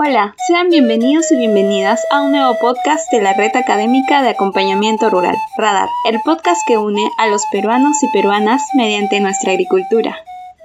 Hola, sean bienvenidos y bienvenidas a un nuevo podcast de la Red Académica de Acompañamiento Rural, Radar, el podcast que une a los peruanos y peruanas mediante nuestra agricultura.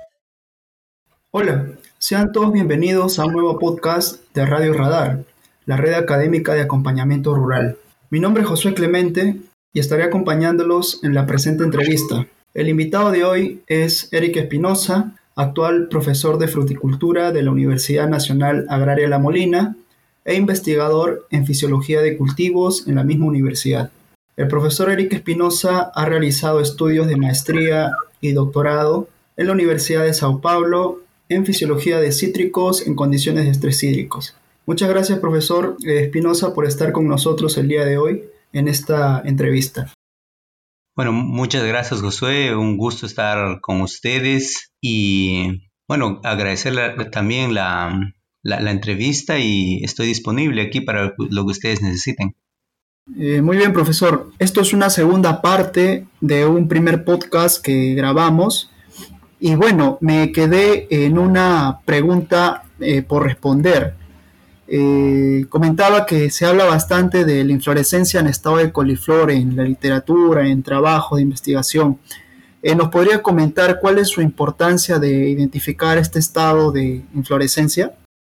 Hola, sean todos bienvenidos a un nuevo podcast de Radio Radar, la Red Académica de Acompañamiento Rural. Mi nombre es Josué Clemente y estaré acompañándolos en la presente entrevista. El invitado de hoy es Eric Espinosa, actual profesor de fruticultura de la Universidad Nacional Agraria La Molina e investigador en fisiología de cultivos en la misma universidad. El profesor Eric Espinosa ha realizado estudios de maestría y doctorado en la Universidad de Sao Paulo en fisiología de cítricos en condiciones de estrés hídricos. Muchas gracias, profesor Espinosa, por estar con nosotros el día de hoy en esta entrevista. Bueno, muchas gracias, Josué. Un gusto estar con ustedes y, bueno, agradecerle también la entrevista y estoy disponible aquí para lo que ustedes necesiten. Muy bien, profesor. Esto es una segunda parte de un primer podcast que grabamos y, bueno, me quedé en una pregunta por responder. Comentaba que se habla bastante de la inflorescencia en estado de coliflor en la literatura, en trabajos de investigación. ¿Nos podría comentar cuál es su importancia de identificar este estado de inflorescencia?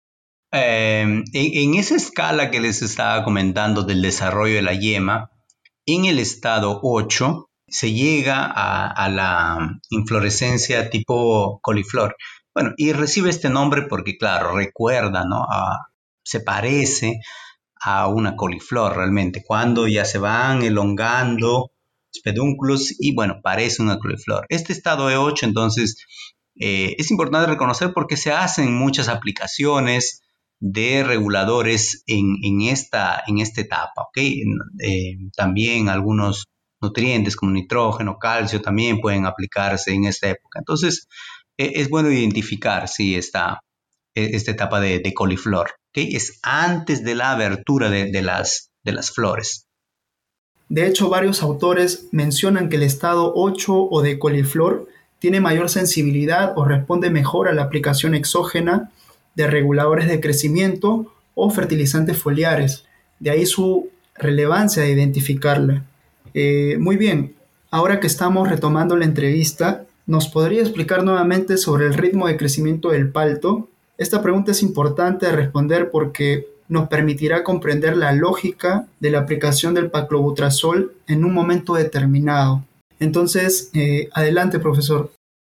En esa escala que les estaba comentando del desarrollo de la yema, en el estado 8 se llega a la inflorescencia tipo coliflor. Bueno, y recibe este nombre porque, claro, recuerda, ¿no? Se parece a una coliflor realmente, cuando ya se van elongando los pedúnculos y bueno, parece una coliflor. Este estado E8 entonces es importante reconocer porque se hacen muchas aplicaciones de reguladores en esta etapa, ¿ok? También algunos nutrientes como nitrógeno, calcio también pueden aplicarse en esta época. Entonces es bueno identificar si esta etapa de coliflor, ¿okay? Es antes de la abertura de las flores. De hecho, varios autores mencionan que el estado 8 o de coliflor tiene mayor sensibilidad o responde mejor a la aplicación exógena de reguladores de crecimiento o fertilizantes foliares. De ahí su relevancia de identificarla. Muy bien, ahora que estamos retomando la entrevista, ¿nos podría explicar nuevamente sobre el ritmo de crecimiento del palto? Esta pregunta es importante de responder porque nos permitirá comprender la lógica de la aplicación del paclobutrazol en un momento determinado. Entonces, adelante, profesor.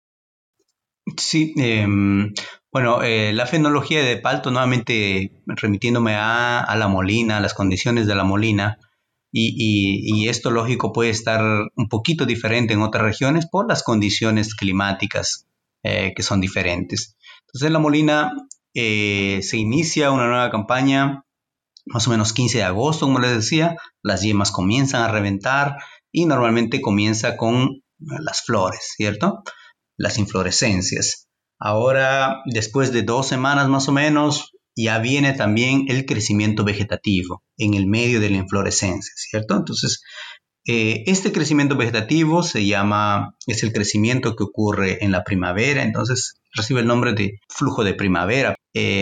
Sí, bueno, la fenología de Palto, nuevamente remitiéndome a la Molina, a las condiciones de la Molina, y esto lógico puede estar un poquito diferente en otras regiones por las condiciones climáticas que son diferentes. Entonces en la Molina se inicia una nueva campaña más o menos 15 de agosto, como les decía, las yemas comienzan a reventar y normalmente comienza con las flores, ¿cierto? Las inflorescencias. Ahora, después de 2 semanas más o menos, ya viene también el crecimiento vegetativo en el medio de la inflorescencia, ¿cierto? Entonces, este crecimiento vegetativo es el crecimiento que ocurre en la primavera, entonces recibe el nombre de flujo de primavera.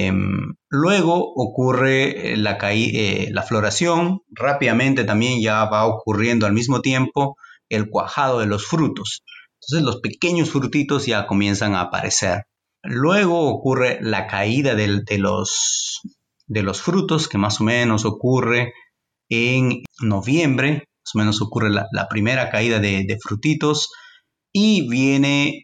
Luego ocurre la floración, rápidamente también ya va ocurriendo al mismo tiempo el cuajado de los frutos. Entonces los pequeños frutitos ya comienzan a aparecer. Luego ocurre la caída de los frutos, que más o menos ocurre en noviembre, más o menos ocurre la primera caída de frutitos y viene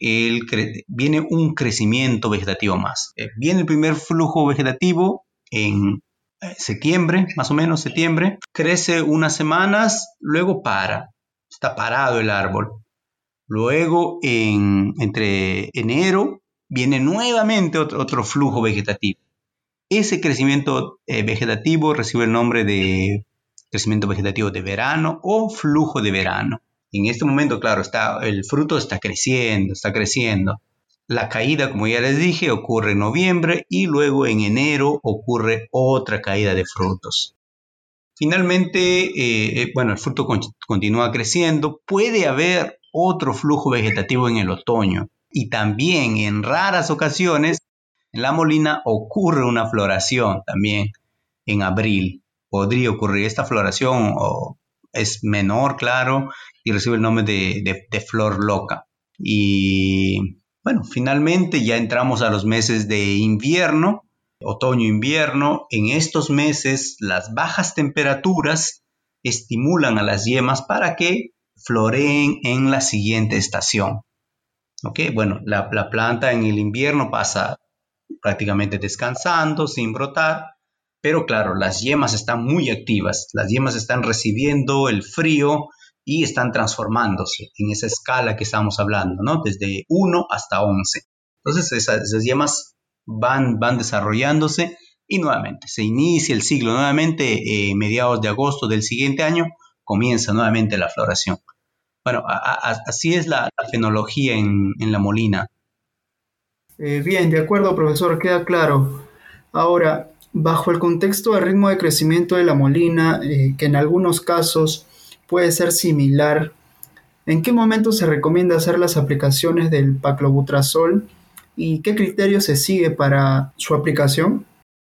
un crecimiento vegetativo más. Viene el primer flujo vegetativo en septiembre, más o menos septiembre, crece unas semanas, luego está parado el árbol. Luego, entre enero, viene nuevamente otro flujo vegetativo. Ese crecimiento vegetativo recibe el nombre de crecimiento vegetativo de verano o flujo de verano. En este momento, claro, el fruto está creciendo. La caída, como ya les dije, ocurre en noviembre y luego en enero ocurre otra caída de frutos. Finalmente, bueno, el fruto continúa creciendo. Puede haber otro flujo vegetativo en el otoño y también en raras ocasiones En La Molina ocurre una floración también en abril. Podría ocurrir esta floración, es menor, claro, y recibe el nombre de flor loca. Y bueno, finalmente ya entramos a los meses de invierno, otoño-invierno. En estos meses las bajas temperaturas estimulan a las yemas para que floreen en la siguiente estación. ¿Ok? Bueno, la planta en el invierno pasa prácticamente descansando, sin brotar, pero claro, las yemas están muy activas, las yemas están recibiendo el frío y están transformándose en esa escala que estamos hablando, ¿no? Desde 1 hasta 11. Entonces esas yemas van desarrollándose y nuevamente se inicia el ciclo, nuevamente mediados de agosto del siguiente año comienza nuevamente la floración. Bueno, así es la fenología en La Molina. Bien, de acuerdo, profesor, queda claro. Ahora, bajo el contexto del ritmo de crecimiento de la molina, que en algunos casos puede ser similar, ¿en qué momento se recomienda hacer las aplicaciones del paclobutrazol y qué criterio se sigue para su aplicación?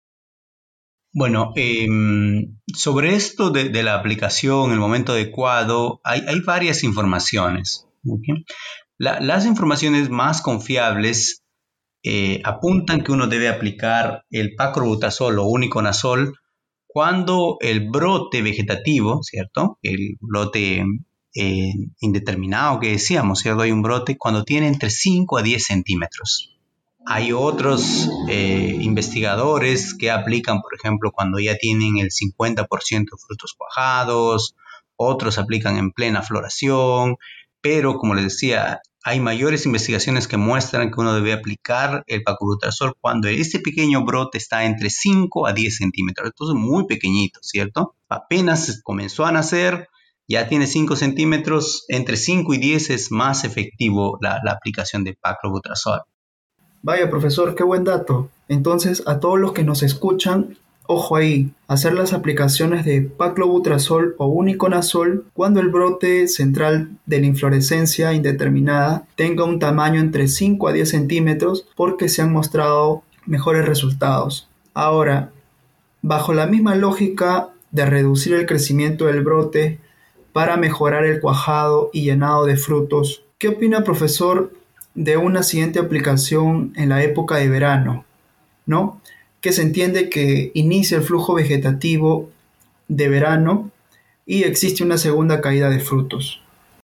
Bueno, sobre esto de la aplicación, el momento adecuado, hay varias informaciones. ¿Ok? Las informaciones más confiables apuntan que uno debe aplicar el paclobutrazol o uniconazol cuando el brote vegetativo, ¿cierto? El brote indeterminado que decíamos, ¿cierto? Hay un brote cuando tiene entre 5 a 10 centímetros. Hay otros investigadores que aplican, por ejemplo, cuando ya tienen el 50% de frutos cuajados, otros aplican en plena floración, pero como les decía, hay mayores investigaciones que muestran que uno debe aplicar el paclobutrazol cuando este pequeño brote está entre 5 a 10 centímetros, entonces muy pequeñito, ¿cierto? Apenas comenzó a nacer, ya tiene 5 centímetros, entre 5 y 10 es más efectivo la aplicación de paclobutrazol. Vaya, profesor, qué buen dato. Entonces, a todos los que nos escuchan, ojo ahí, hacer las aplicaciones de paclobutrazol o uniconazol cuando el brote central de la inflorescencia indeterminada tenga un tamaño entre 5 a 10 centímetros porque se han mostrado mejores resultados. Ahora, bajo la misma lógica de reducir el crecimiento del brote para mejorar el cuajado y llenado de frutos, ¿qué opina, profesor, de una siguiente aplicación en la época de verano, ¿no? Que se entiende que inicia el flujo vegetativo de verano y existe una segunda caída de frutos.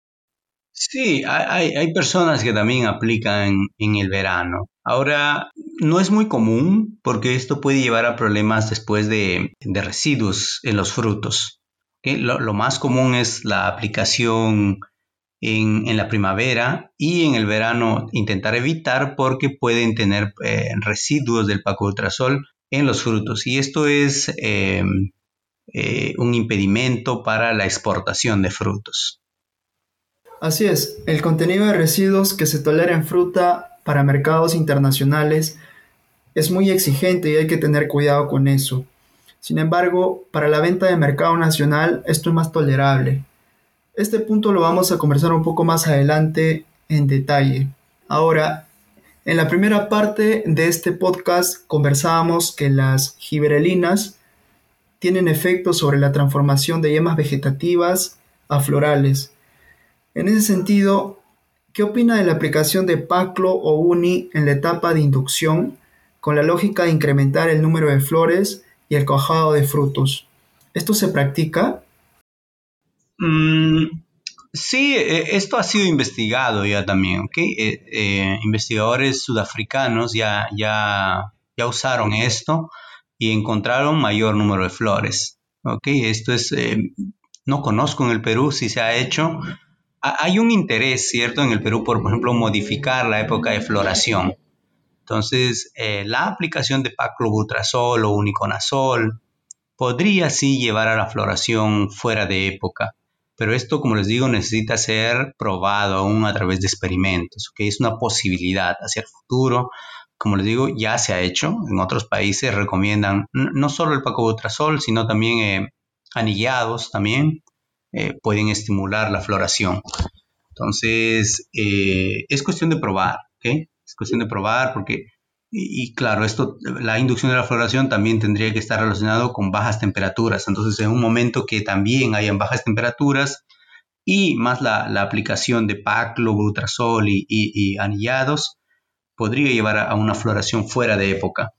Sí, hay personas que también aplican en el verano. Ahora, no es muy común porque esto puede llevar a problemas después de residuos en los frutos. ¿Ok? Lo más común es la aplicación en la primavera y en el verano intentar evitar porque pueden tener residuos del paclobutrazol en los frutos y esto es un impedimento para la exportación de frutos. Así es, el contenido de residuos que se tolera en fruta para mercados internacionales es muy exigente y hay que tener cuidado con eso. Sin embargo, para la venta de mercado nacional esto es más tolerable. Este punto lo vamos a conversar un poco más adelante en detalle. Ahora, en la primera parte de este podcast conversábamos que las gibberelinas tienen efectos sobre la transformación de yemas vegetativas a florales. En ese sentido, ¿qué opina de la aplicación de paclo o uni en la etapa de inducción con la lógica de incrementar el número de flores y el cuajado de frutos? ¿Esto se practica? Mm, sí, esto ha sido investigado ya también, ¿ok? Investigadores sudafricanos ya usaron esto y encontraron mayor número de flores, ¿ok? Esto es, no conozco en el Perú si se ha hecho. Hay un interés, ¿cierto? En el Perú por ejemplo, modificar la época de floración. Entonces, la aplicación de paclobutrazol o uniconazol podría sí llevar a la floración fuera de época, pero esto, como les digo, necesita ser probado aún a través de experimentos, que es una posibilidad hacia el futuro. Como les digo, ya se ha hecho. En otros países recomiendan no solo el paclobutrazol, sino también anillados también pueden estimular la floración. Entonces, es cuestión de probar, ¿ok? Es cuestión de probar porque y claro, la inducción de la floración también tendría que estar relacionado con bajas temperaturas. Entonces, en un momento que también hayan bajas temperaturas y más la aplicación de paclobutrazol y anillados, podría llevar a una floración fuera de época.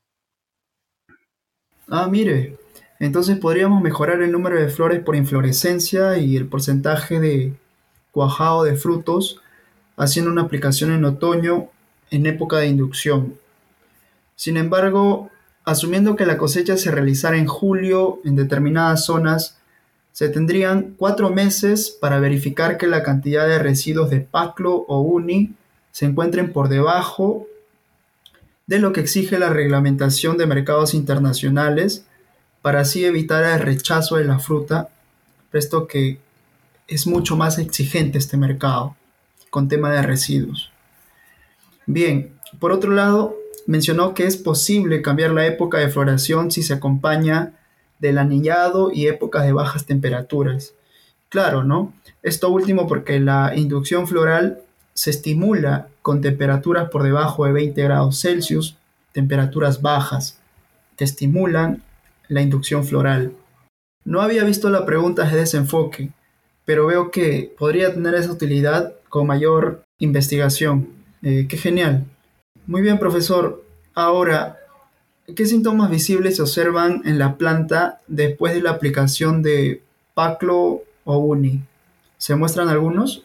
Ah, mire, entonces podríamos mejorar el número de flores por inflorescencia y el porcentaje de cuajado de frutos haciendo una aplicación en otoño en época de inducción. Sin embargo, asumiendo que la cosecha se realizara en julio en determinadas zonas, se tendrían 4 meses para verificar que la cantidad de residuos de paclo o uni se encuentren por debajo de lo que exige la reglamentación de mercados internacionales para así evitar el rechazo de la fruta, puesto que es mucho más exigente este mercado con tema de residuos. Bien, por otro lado, mencionó que es posible cambiar la época de floración si se acompaña del anillado y épocas de bajas temperaturas. Claro, ¿no? Esto último porque la inducción floral se estimula con temperaturas por debajo de 20 grados Celsius, temperaturas bajas, que estimulan la inducción floral. No había visto la pregunta de desenfoque, pero veo que podría tener esa utilidad con mayor investigación. ¡Qué genial! Muy bien, profesor. Ahora, ¿qué síntomas visibles se observan en la planta después de la aplicación de Paclo o Uni? ¿Se muestran algunos?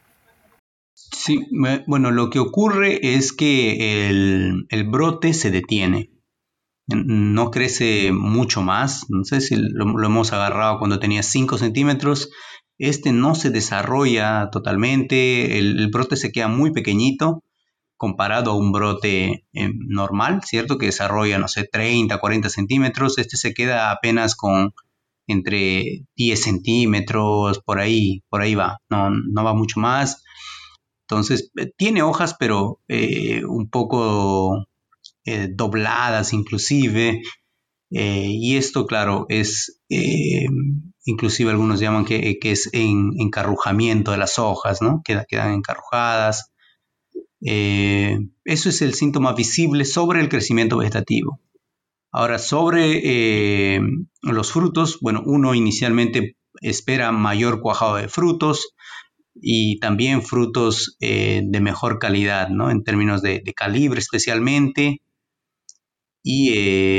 Sí, bueno, lo que ocurre es que el brote se detiene, no crece mucho más. No sé si lo hemos agarrado cuando tenía 5 centímetros. Este no se desarrolla totalmente, el brote se queda muy pequeñito comparado a un brote normal, ¿cierto? Que desarrolla, no sé, 30, 40 centímetros. Este se queda apenas con entre 10 centímetros, por ahí va, no va mucho más. Entonces, tiene hojas, pero un poco dobladas inclusive, y esto, claro, es, inclusive algunos llaman que es encarrujamiento de las hojas, ¿no? Quedan encarrujadas. Eso es el síntoma visible sobre el crecimiento vegetativo. Ahora, sobre los frutos, bueno, uno inicialmente espera mayor cuajado de frutos y también frutos de mejor calidad, ¿no? En términos de calibre especialmente. Y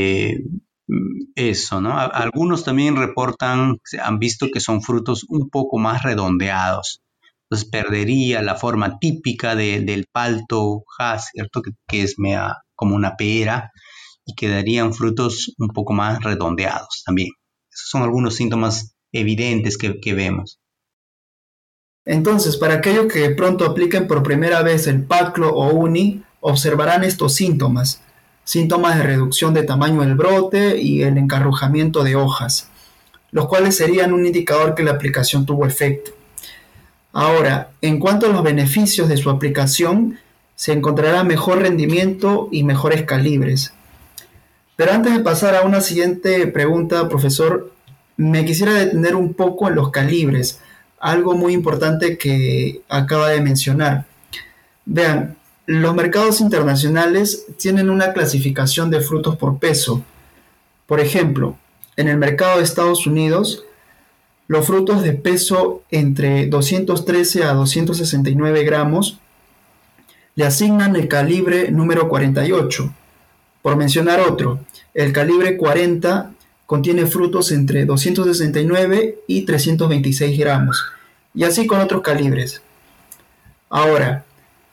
eso, ¿no? Algunos también han visto que son frutos un poco más redondeados. Entonces perdería la forma típica del palto ¿cierto? Que es como una pera, y quedarían frutos un poco más redondeados también. Esos son algunos síntomas evidentes que vemos. Entonces, para aquellos que pronto apliquen por primera vez el Paclo o Uni, observarán estos síntomas. Síntomas de reducción de tamaño del brote y el encarrujamiento de hojas, los cuales serían un indicador que la aplicación tuvo efecto. Ahora, en cuanto a los beneficios de su aplicación, se encontrará mejor rendimiento y mejores calibres. Pero antes de pasar a una siguiente pregunta, profesor, me quisiera detener un poco en los calibres, algo muy importante que acaba de mencionar. Vean, los mercados internacionales tienen una clasificación de frutos por peso. Por ejemplo, en el mercado de Estados Unidos, los frutos de peso entre 213 a 269 gramos le asignan el calibre número 48. Por mencionar otro, el calibre 40 contiene frutos entre 269 y 326 gramos, y así con otros calibres. Ahora,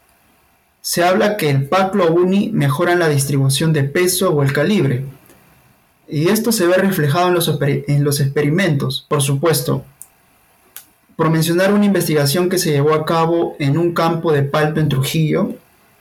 se habla que el Paclo Uni mejora la distribución de peso o el calibre, y esto se ve reflejado en los experimentos, por supuesto. Por mencionar una investigación que se llevó a cabo en un campo de palto en Trujillo,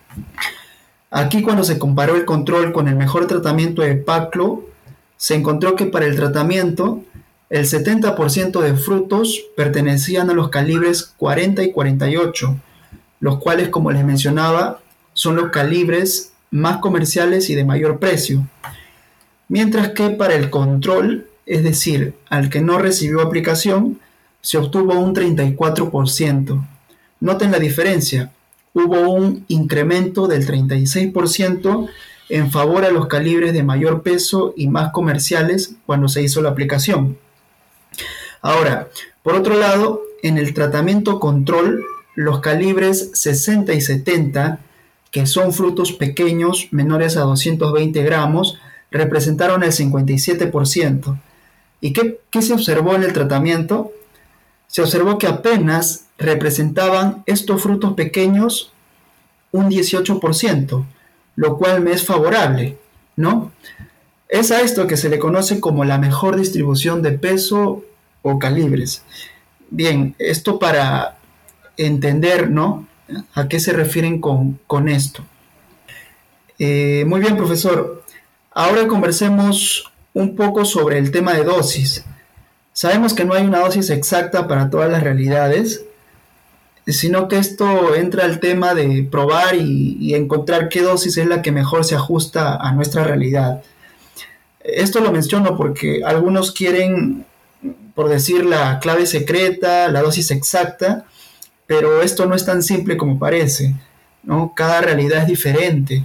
aquí cuando se comparó el control con el mejor tratamiento de Paclo, se encontró que para el tratamiento, el 70% de frutos pertenecían a los calibres 40 y 48, los cuales, como les mencionaba, son los calibres más comerciales y de mayor precio. Mientras que para el control, es decir, al que no recibió aplicación, se obtuvo un 34%. Noten la diferencia, hubo un incremento del 36% en favor a los calibres de mayor peso y más comerciales cuando se hizo la aplicación. Ahora, por otro lado, en el tratamiento control, los calibres 60 y 70, que son frutos pequeños menores a 220 gramos, representaron el 57%. ¿Y qué se observó en el tratamiento? Se observó que apenas representaban estos frutos pequeños un 18%, lo cual me es favorable, ¿no? Es a esto que se le conoce como la mejor distribución de peso o calibres. Bien, esto para entender, ¿no?, a qué se refieren con esto. Muy bien, profesor. Ahora conversemos un poco sobre el tema de dosis. Sabemos que no hay una dosis exacta para todas las realidades, sino que esto entra al tema de probar y encontrar qué dosis es la que mejor se ajusta a nuestra realidad. Esto lo menciono porque algunos quieren, por decir, la clave secreta, la dosis exacta, pero esto no es tan simple como parece, ¿no? Cada realidad es diferente.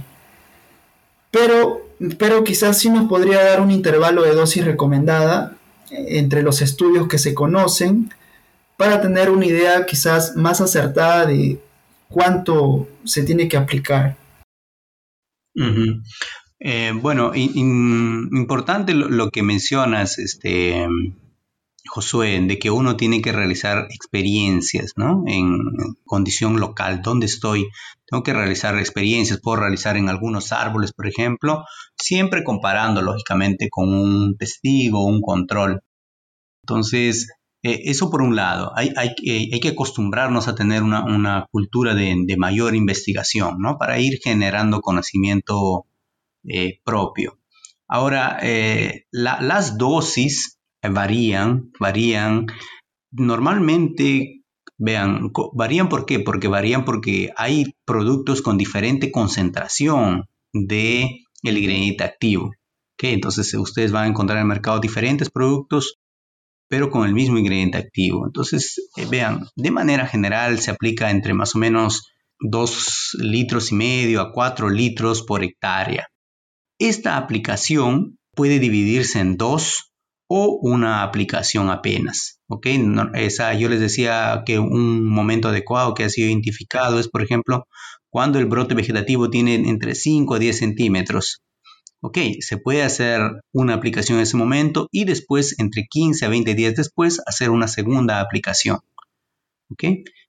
Pero quizás sí nos podría dar un intervalo de dosis recomendada entre los estudios que se conocen, para tener una idea quizás más acertada de cuánto se tiene que aplicar. Uh-huh. Bueno, importante lo que mencionas, Josué, de que uno tiene que realizar experiencias, ¿no? En condición local, ¿dónde estoy? Tengo que realizar experiencias, puedo realizar en algunos árboles, por ejemplo, siempre comparando, lógicamente, con un testigo, un control. Entonces, eso por un lado, hay que acostumbrarnos a tener una cultura de mayor investigación, ¿no? Para ir generando conocimiento propio. Ahora, las dosis varían. Normalmente, vean, varían ¿por qué? Porque varían porque hay productos con diferente concentración del ingrediente activo. ¿Okay? Entonces, ustedes van a encontrar en el mercado diferentes productos, pero con el mismo ingrediente activo. Entonces, vean, de manera general se aplica entre más o menos 2,5 litros a 4 litros por hectárea. Esta aplicación puede dividirse en dos o una aplicación apenas. ¿Okay? Yo les decía que un momento adecuado que ha sido identificado es, por ejemplo, cuando el brote vegetativo tiene entre 5 a 10 centímetros. Ok, se puede hacer una aplicación en ese momento y después, entre 15 a 20 días después, hacer una segunda aplicación. Ok,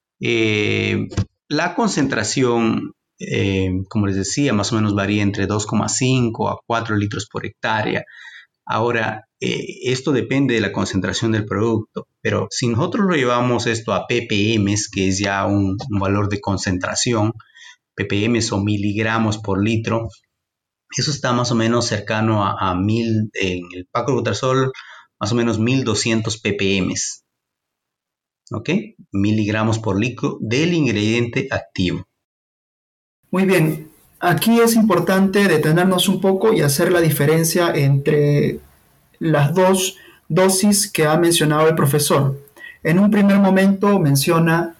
la concentración, como les decía, más o menos varía entre 2,5 a 4 litros por hectárea. Ahora, esto depende de la concentración del producto, pero si nosotros lo llevamos esto a ppm, que es ya un valor de concentración, ppm o miligramos por litro, eso está más o menos cercano a 1000, en el paclobutrazol, más o menos 1200 ppm. ¿Ok? Miligramos por litro del ingrediente activo. Muy bien, aquí es importante detenernos un poco y hacer la diferencia entre las dos dosis que ha mencionado el profesor. En un primer momento menciona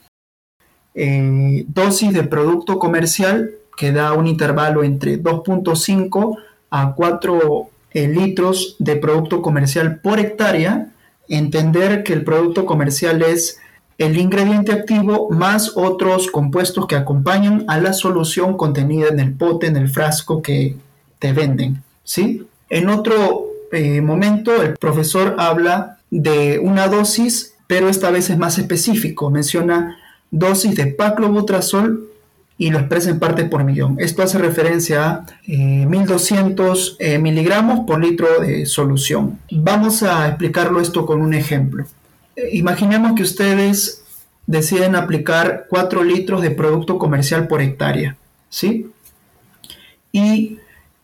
dosis de producto comercial, que da un intervalo entre 2,5 a 4 litros de producto comercial por hectárea. Entender que el producto comercial es el ingrediente activo más otros compuestos que acompañan a la solución contenida en el pote, en el frasco que te venden, ¿sí? En otro momento el profesor habla de una dosis, pero esta vez es más específico. Menciona dosis de paclobutrazol y lo expresa en partes por millón. Esto hace referencia a 1200 miligramos por litro de solución. Vamos a explicarlo esto con un ejemplo. Imaginemos que ustedes deciden aplicar 4 litros de producto comercial por hectárea, ¿sí? Y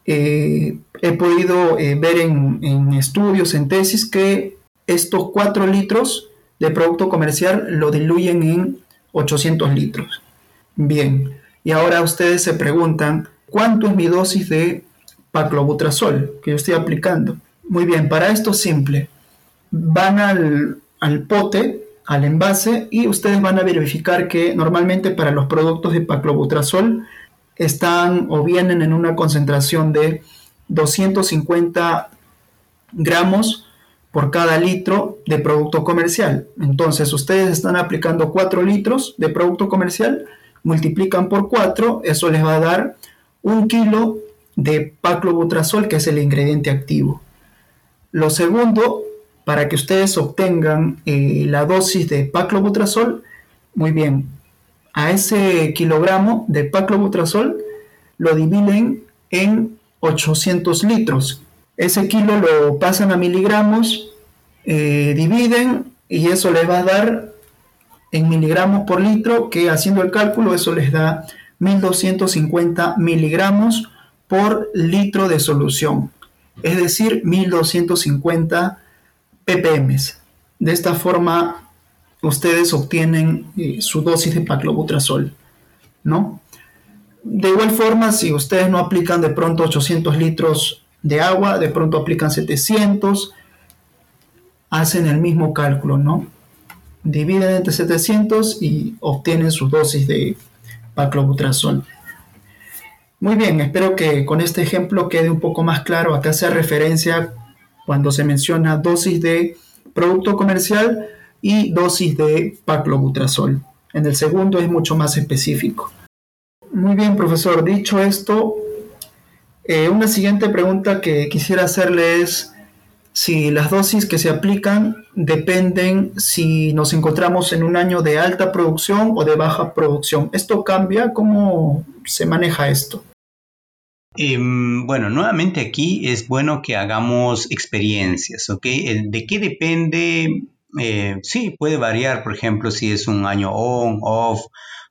he podido ver en estudios, en tesis, que estos 4 litros de producto comercial lo diluyen en 800 litros. Bien, y ahora ustedes se preguntan, ¿cuánto es mi dosis de paclobutrazol que yo estoy aplicando? Muy bien, para esto simple, van al pote, al envase, y ustedes van a verificar que normalmente para los productos de paclobutrazol están o vienen en una concentración de 250 gramos por cada litro de producto comercial. Entonces, ustedes están aplicando 4 litros de producto comercial, multiplican por 4, eso les va a dar 1 kilo de paclobutrazol, que es el ingrediente activo. Lo segundo, para que ustedes obtengan la dosis de paclobutrazol, muy bien, a ese kilogramo de paclobutrazol lo dividen en 800 litros. Ese kilo lo pasan a miligramos, dividen y eso les va a dar en miligramos por litro, que haciendo el cálculo eso les da 1250 miligramos por litro de solución, es decir, 1250 ppm. De esta forma ustedes obtienen su dosis de paclobutrazol, ¿no? De igual forma, si ustedes no aplican de pronto 800 litros de agua, de pronto aplican 700, hacen el mismo cálculo, ¿no? Dividen entre 700 y obtienen su dosis de paclobutrazol. Muy bien, espero que con este ejemplo quede un poco más claro. Acá se hace referencia cuando se menciona dosis de producto comercial y dosis de paclobutrazol. En el segundo es mucho más específico. Muy bien, profesor. Dicho esto, una siguiente pregunta que quisiera hacerle es si las dosis que se aplican dependen si nos encontramos en un año de alta producción o de baja producción. ¿Esto cambia? ¿Cómo se maneja esto? Bueno, nuevamente aquí es bueno que hagamos experiencias, ¿ok? ¿De qué depende? Sí, puede variar, por ejemplo, si es un año on, off,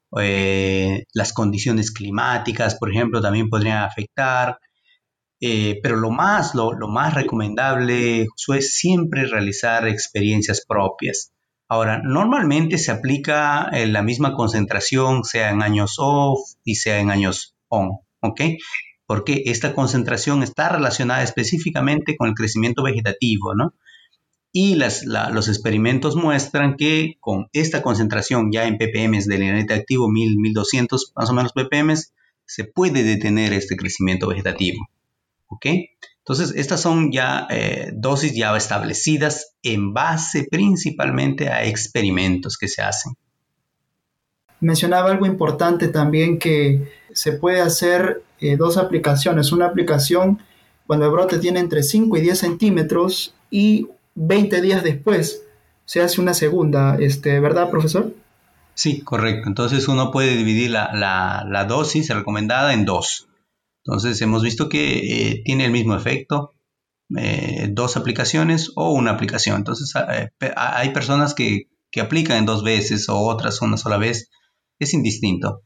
las condiciones climáticas, por ejemplo, también podrían afectar. Pero lo más recomendable, Josué, es siempre realizar experiencias propias. Ahora, normalmente se aplica la misma concentración, sea en años off y sea en años on, ¿ok? Porque esta concentración está relacionada específicamente con el crecimiento vegetativo, ¿no? Y los experimentos muestran que con esta concentración ya en ppm del ingrediente activo, 1200 más o menos ppm, se puede detener este crecimiento vegetativo. ¿Ok? Entonces, estas son ya dosis ya establecidas en base principalmente a experimentos que se hacen. Mencionaba algo importante también, que se puede hacer dos aplicaciones. Una aplicación cuando el brote tiene entre 5 y 10 centímetros y 20 días después se hace una segunda, ¿verdad, profesor? Sí, correcto. Entonces uno puede dividir la dosis recomendada en dos. Entonces hemos visto que tiene el mismo efecto, dos aplicaciones o una aplicación. Entonces hay personas que aplican en 2 veces o otras una sola vez. Es indistinto.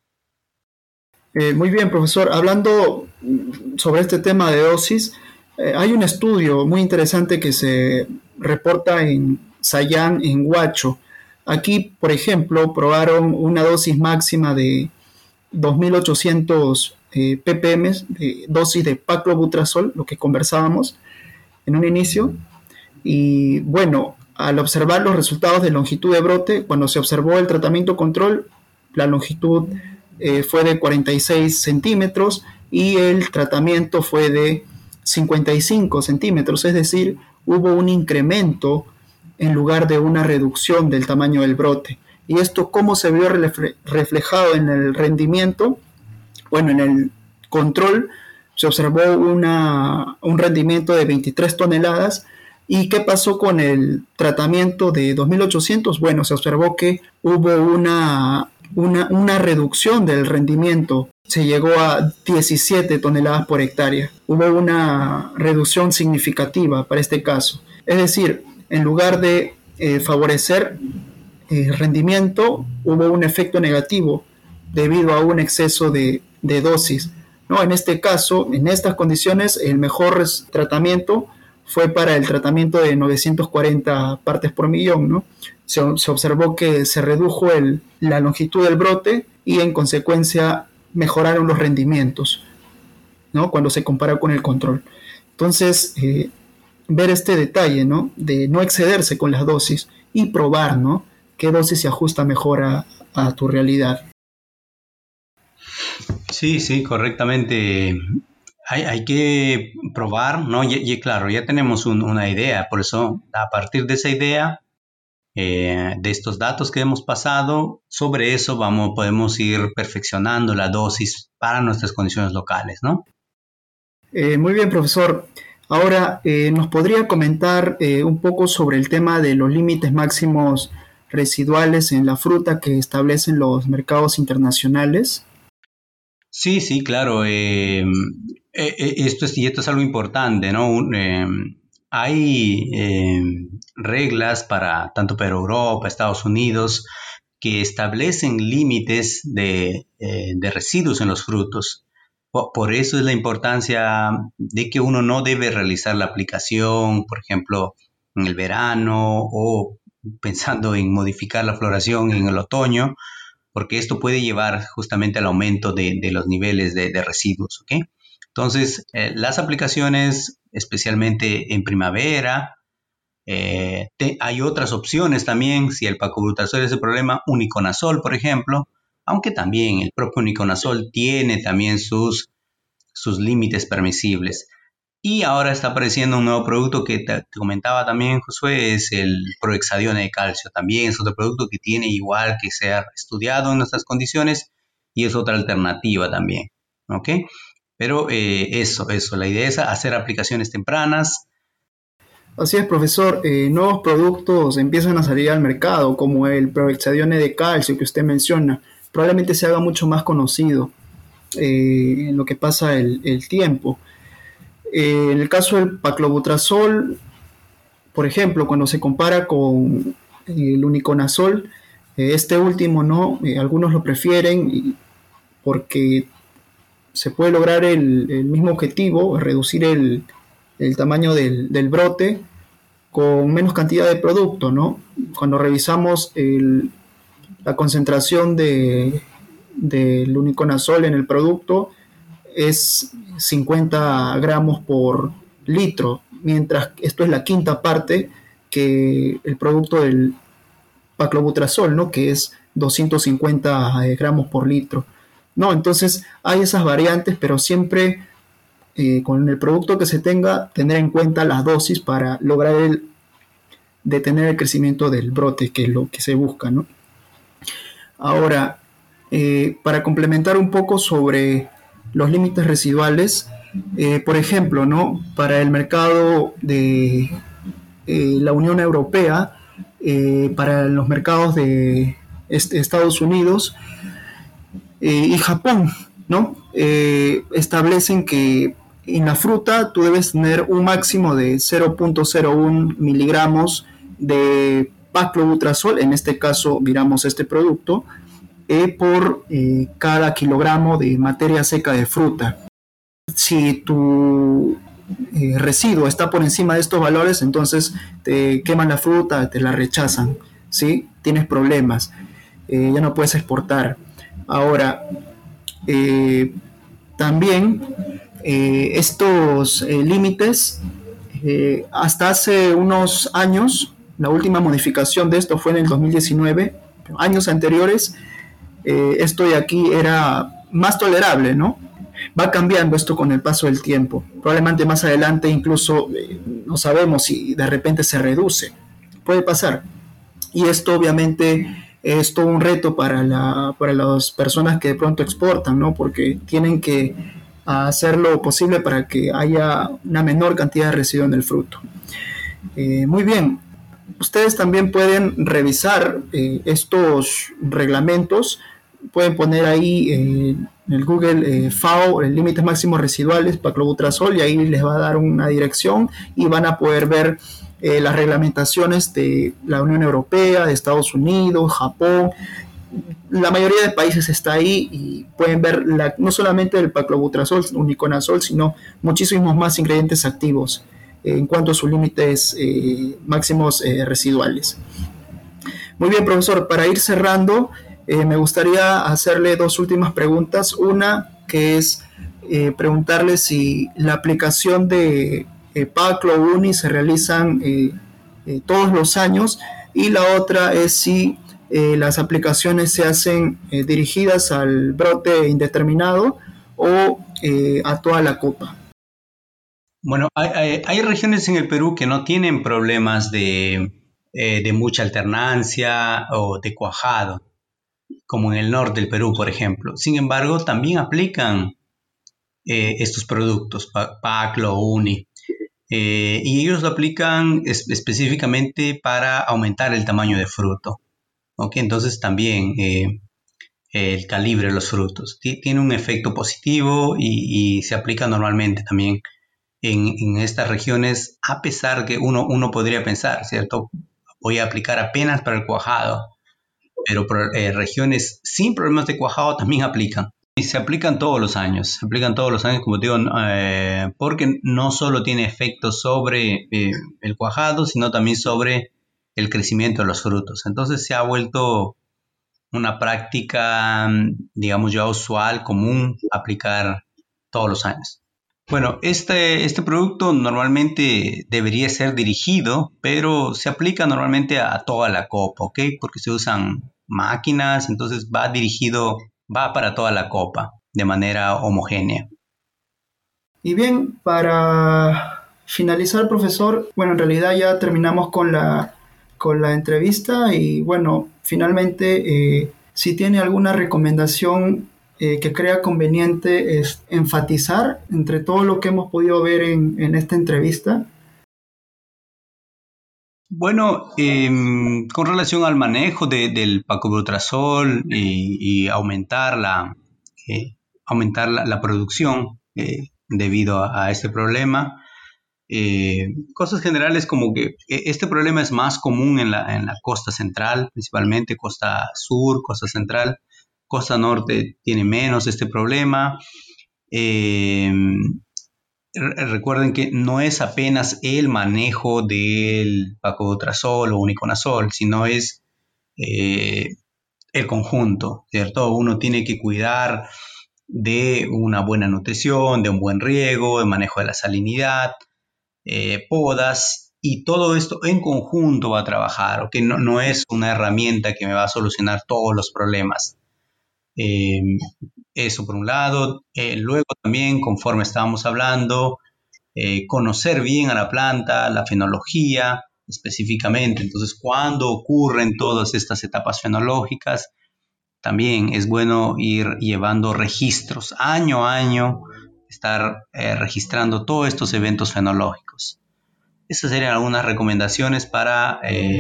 Muy bien, profesor. Hablando sobre este tema de dosis, hay un estudio muy interesante que se reporta en Sayán, en Huacho. Aquí, por ejemplo, probaron una dosis máxima de 2.800 ppm de dosis de paclobutrazol, lo que conversábamos en un inicio. Y bueno, al observar los resultados de longitud de brote, cuando se observó el tratamiento control, la longitud fue de 46 centímetros y el tratamiento fue de 55 centímetros, es decir, hubo un incremento en lugar de una reducción del tamaño del brote. ¿Y esto cómo se vio reflejado en el rendimiento? Bueno, en el control se observó un rendimiento de 23 toneladas. ¿Y qué pasó con el tratamiento de 2800? Bueno, se observó que hubo una reducción del rendimiento. Se llegó a 17 toneladas por hectárea. Hubo una reducción significativa para este caso. Es decir, en lugar de favorecer el rendimiento, hubo un efecto negativo debido a un exceso de dosis, ¿no? En este caso, en estas condiciones, el mejor tratamiento fue para el tratamiento de 940 partes por millón, ¿no? Se observó que se redujo la longitud del brote y en consecuencia mejoraron los rendimientos, ¿no? Cuando se compara con el control. Entonces, ver este detalle, ¿no? De no excederse con las dosis y probar, ¿no? Qué dosis se ajusta mejor a tu realidad. Sí, sí, correctamente. Hay que probar, ¿no? Y claro, ya tenemos una idea, por eso a partir de esa idea, de estos datos que hemos pasado, sobre eso podemos ir perfeccionando la dosis para nuestras condiciones locales, ¿no? Muy bien, profesor. Ahora, ¿nos podría comentar un poco sobre el tema de los límites máximos residuales en la fruta que establecen los mercados internacionales? Sí, sí, claro. Y esto es algo importante, ¿no? Hay reglas para tanto para Europa, Estados Unidos, que establecen límites de residuos en los frutos. Por eso es la importancia de que uno no debe realizar la aplicación, por ejemplo, en el verano o pensando en modificar la floración en el otoño, porque esto puede llevar justamente al aumento de los niveles de residuos, ¿ok? Entonces, las aplicaciones, especialmente en primavera, hay otras opciones también, si el paclobutrazol es el problema, uniconazol, por ejemplo, aunque también el propio uniconazol tiene también sus límites permisibles. Y ahora está apareciendo un nuevo producto que te comentaba también, Josué, es el prohexadione de calcio. También es otro producto que tiene igual que ser estudiado en nuestras condiciones y es otra alternativa también, ¿ok? Pero la idea es hacer aplicaciones tempranas. Así es, profesor. Nuevos productos empiezan a salir al mercado, como el Prohexadione de calcio que usted menciona. Probablemente se haga mucho más conocido en lo que pasa el tiempo. En el caso del paclobutrazol, por ejemplo, cuando se compara con el uniconazol, este último no, algunos lo prefieren porque se puede lograr el mismo objetivo, reducir el tamaño del brote con menos cantidad de producto, ¿no? Cuando revisamos la concentración del uniconazol en el producto es 50 gramos por litro, mientras que esto es la quinta parte que el producto del paclobutrazol, ¿no? Que es 250 gramos por litro. No, entonces hay esas variantes, pero siempre con el producto que se tenga, tener en cuenta las dosis para lograr detener el crecimiento del brote, que es lo que se busca, ¿no? Ahora, para complementar un poco sobre los límites residuales, por ejemplo, ¿no? Para el mercado de la Unión Europea, para los mercados de Estados Unidos y Japón, ¿no? Establecen que en la fruta tú debes tener un máximo de 0.01 miligramos de paclobutrazol, en este caso miramos este producto, por cada kilogramo de materia seca de fruta. Si tu residuo está por encima de estos valores, entonces te queman la fruta, te la rechazan, ¿sí? Tienes problemas, ya no puedes exportar. Ahora, también estos límites, hasta hace unos años, la última modificación de esto fue en el 2019, años anteriores, esto de aquí era más tolerable, ¿no? Va cambiando esto con el paso del tiempo. Probablemente más adelante incluso no sabemos si de repente se reduce. Puede pasar. Y esto obviamente es todo un reto para las personas que de pronto exportan, ¿no? Porque tienen que hacer lo posible para que haya una menor cantidad de residuo en el fruto. Muy bien. Ustedes también pueden revisar estos reglamentos. Pueden poner ahí en el Google FAO, límites máximos residuales, paclobutrazol, y ahí les va a dar una dirección y van a poder ver las reglamentaciones de la Unión Europea, de Estados Unidos, Japón. La mayoría de países está ahí y pueden ver no solamente el paclobutrazol, uniconazol, sino muchísimos más ingredientes activos en cuanto a sus límites máximos residuales. Muy bien, profesor, para ir cerrando, me gustaría hacerle dos últimas preguntas. Una que es preguntarle si la aplicación de Paclo Uni se realizan todos los años, y la otra es si las aplicaciones se hacen dirigidas al brote indeterminado o a toda la copa. Bueno, hay regiones en el Perú que no tienen problemas de mucha alternancia o de cuajado, como en el norte del Perú, por ejemplo. Sin embargo, también aplican estos productos, Paclo, Uni, y ellos lo aplican específicamente para aumentar el tamaño de fruto. ¿Ok? Entonces también el calibre de los frutos tiene un efecto positivo y se aplica normalmente también en estas regiones, a pesar que uno podría pensar, ¿cierto? Voy a aplicar apenas para el cuajado, pero regiones sin problemas de cuajado también aplican. Y se aplican todos los años, como te digo, porque no solo tiene efectos sobre el cuajado, sino también sobre el crecimiento de los frutos. Entonces se ha vuelto una práctica, digamos ya usual, común, aplicar todos los años. Bueno, este producto normalmente debería ser dirigido, pero se aplica normalmente a toda la copa, ¿ok? Porque se usan máquinas, entonces va para toda la copa de manera homogénea. Y bien, para finalizar, profesor, bueno, en realidad ya terminamos con la entrevista y bueno, finalmente, si tiene alguna recomendación que crea conveniente es enfatizar entre todo lo que hemos podido ver en esta entrevista. Bueno, con relación al manejo del paclobutrazol y aumentar la producción debido a este problema, cosas generales como que este problema es más común en la costa central, principalmente costa sur, costa central, costa norte tiene menos este problema. Eh, Recuerden que no es apenas el manejo del paclobutrazol o uniconazol, sino es eh, el conjunto, ¿cierto? Uno tiene que cuidar de una buena nutrición, de un buen riego, de manejo de la salinidad, podas, y todo esto en conjunto va a trabajar, ¿ok? No es una herramienta que me va a solucionar todos los problemas. Eh, Eso por un lado. Luego también, conforme estábamos hablando, conocer bien a la planta, la fenología específicamente. Entonces, cuando ocurren todas estas etapas fenológicas, también es bueno ir llevando registros año a año, estar registrando todos estos eventos fenológicos. Esas serían algunas recomendaciones para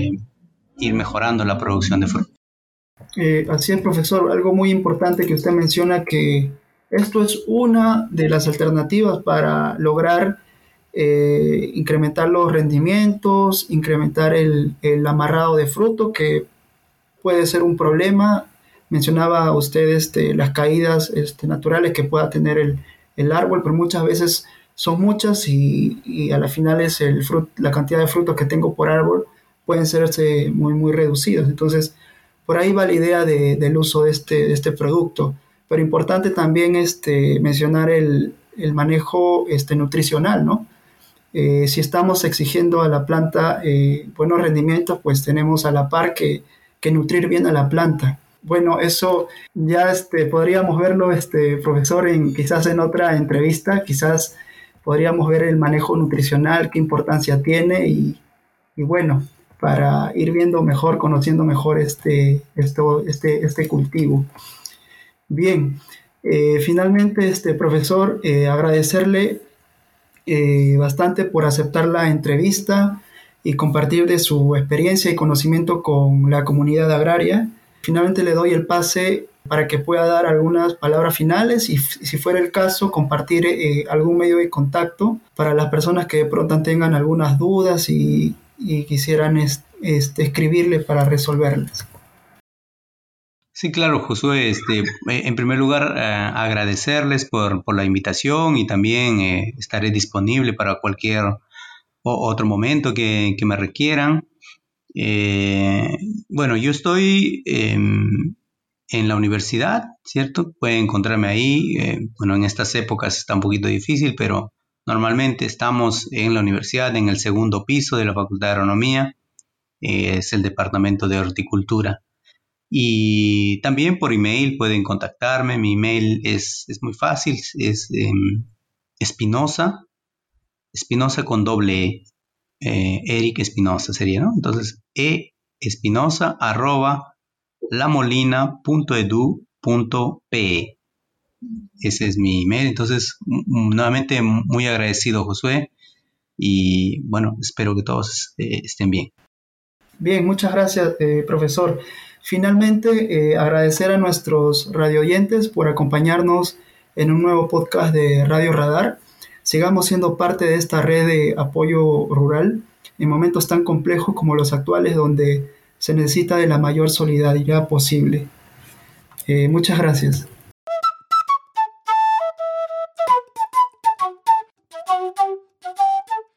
ir mejorando la producción de fruta. Así es, profesor, algo muy importante que usted menciona que esto es una de las alternativas para lograr incrementar los rendimientos, incrementar el amarrado de fruto, que puede ser un problema. Mencionaba usted las caídas naturales que pueda tener el árbol, pero muchas veces son muchas y a la final es la cantidad de frutos que tengo por árbol pueden ser muy, muy reducidos. Entonces, por ahí va la idea del uso de este producto. Pero importante también mencionar el manejo nutricional, ¿no? Si estamos exigiendo a la planta buenos rendimientos, pues tenemos a la par que nutrir bien a la planta. Bueno, eso ya podríamos verlo, profesor, quizás en otra entrevista, quizás podríamos ver el manejo nutricional, qué importancia tiene y bueno, para ir viendo mejor, conociendo mejor este cultivo. Bien, finalmente, profesor, agradecerle bastante por aceptar la entrevista y compartir de su experiencia y conocimiento con la comunidad agraria. Finalmente le doy el pase para que pueda dar algunas palabras finales y si fuera el caso compartir algún medio de contacto para las personas que de pronto tengan algunas dudas y quisieran escribirle para resolverlas. Sí, claro, Josué, en primer lugar, agradecerles por la invitación y también estaré disponible para cualquier otro momento que me requieran. Eh, bueno, yo estoy en la universidad, ¿cierto? Pueden encontrarme ahí. Bueno, en estas épocas está un poquito difícil, pero normalmente estamos en la universidad, en el segundo piso de la Facultad de Agronomía, es el departamento de horticultura. Y también por email pueden contactarme. Mi email es muy fácil, es Espinosa, Espinosa con doble Eric Espinosa sería, ¿no? Entonces, espinosa@lamolina.edu.pe. Ese es mi email. Entonces, nuevamente muy agradecido, Josué, y bueno, espero que todos estén bien. Bien, muchas gracias, profesor. Finalmente, agradecer a nuestros radioyentes por acompañarnos en un nuevo podcast de Radio Radar. Sigamos siendo parte de esta red de apoyo rural en momentos tan complejos como los actuales, donde se necesita de la mayor solidaridad posible. Muchas gracias.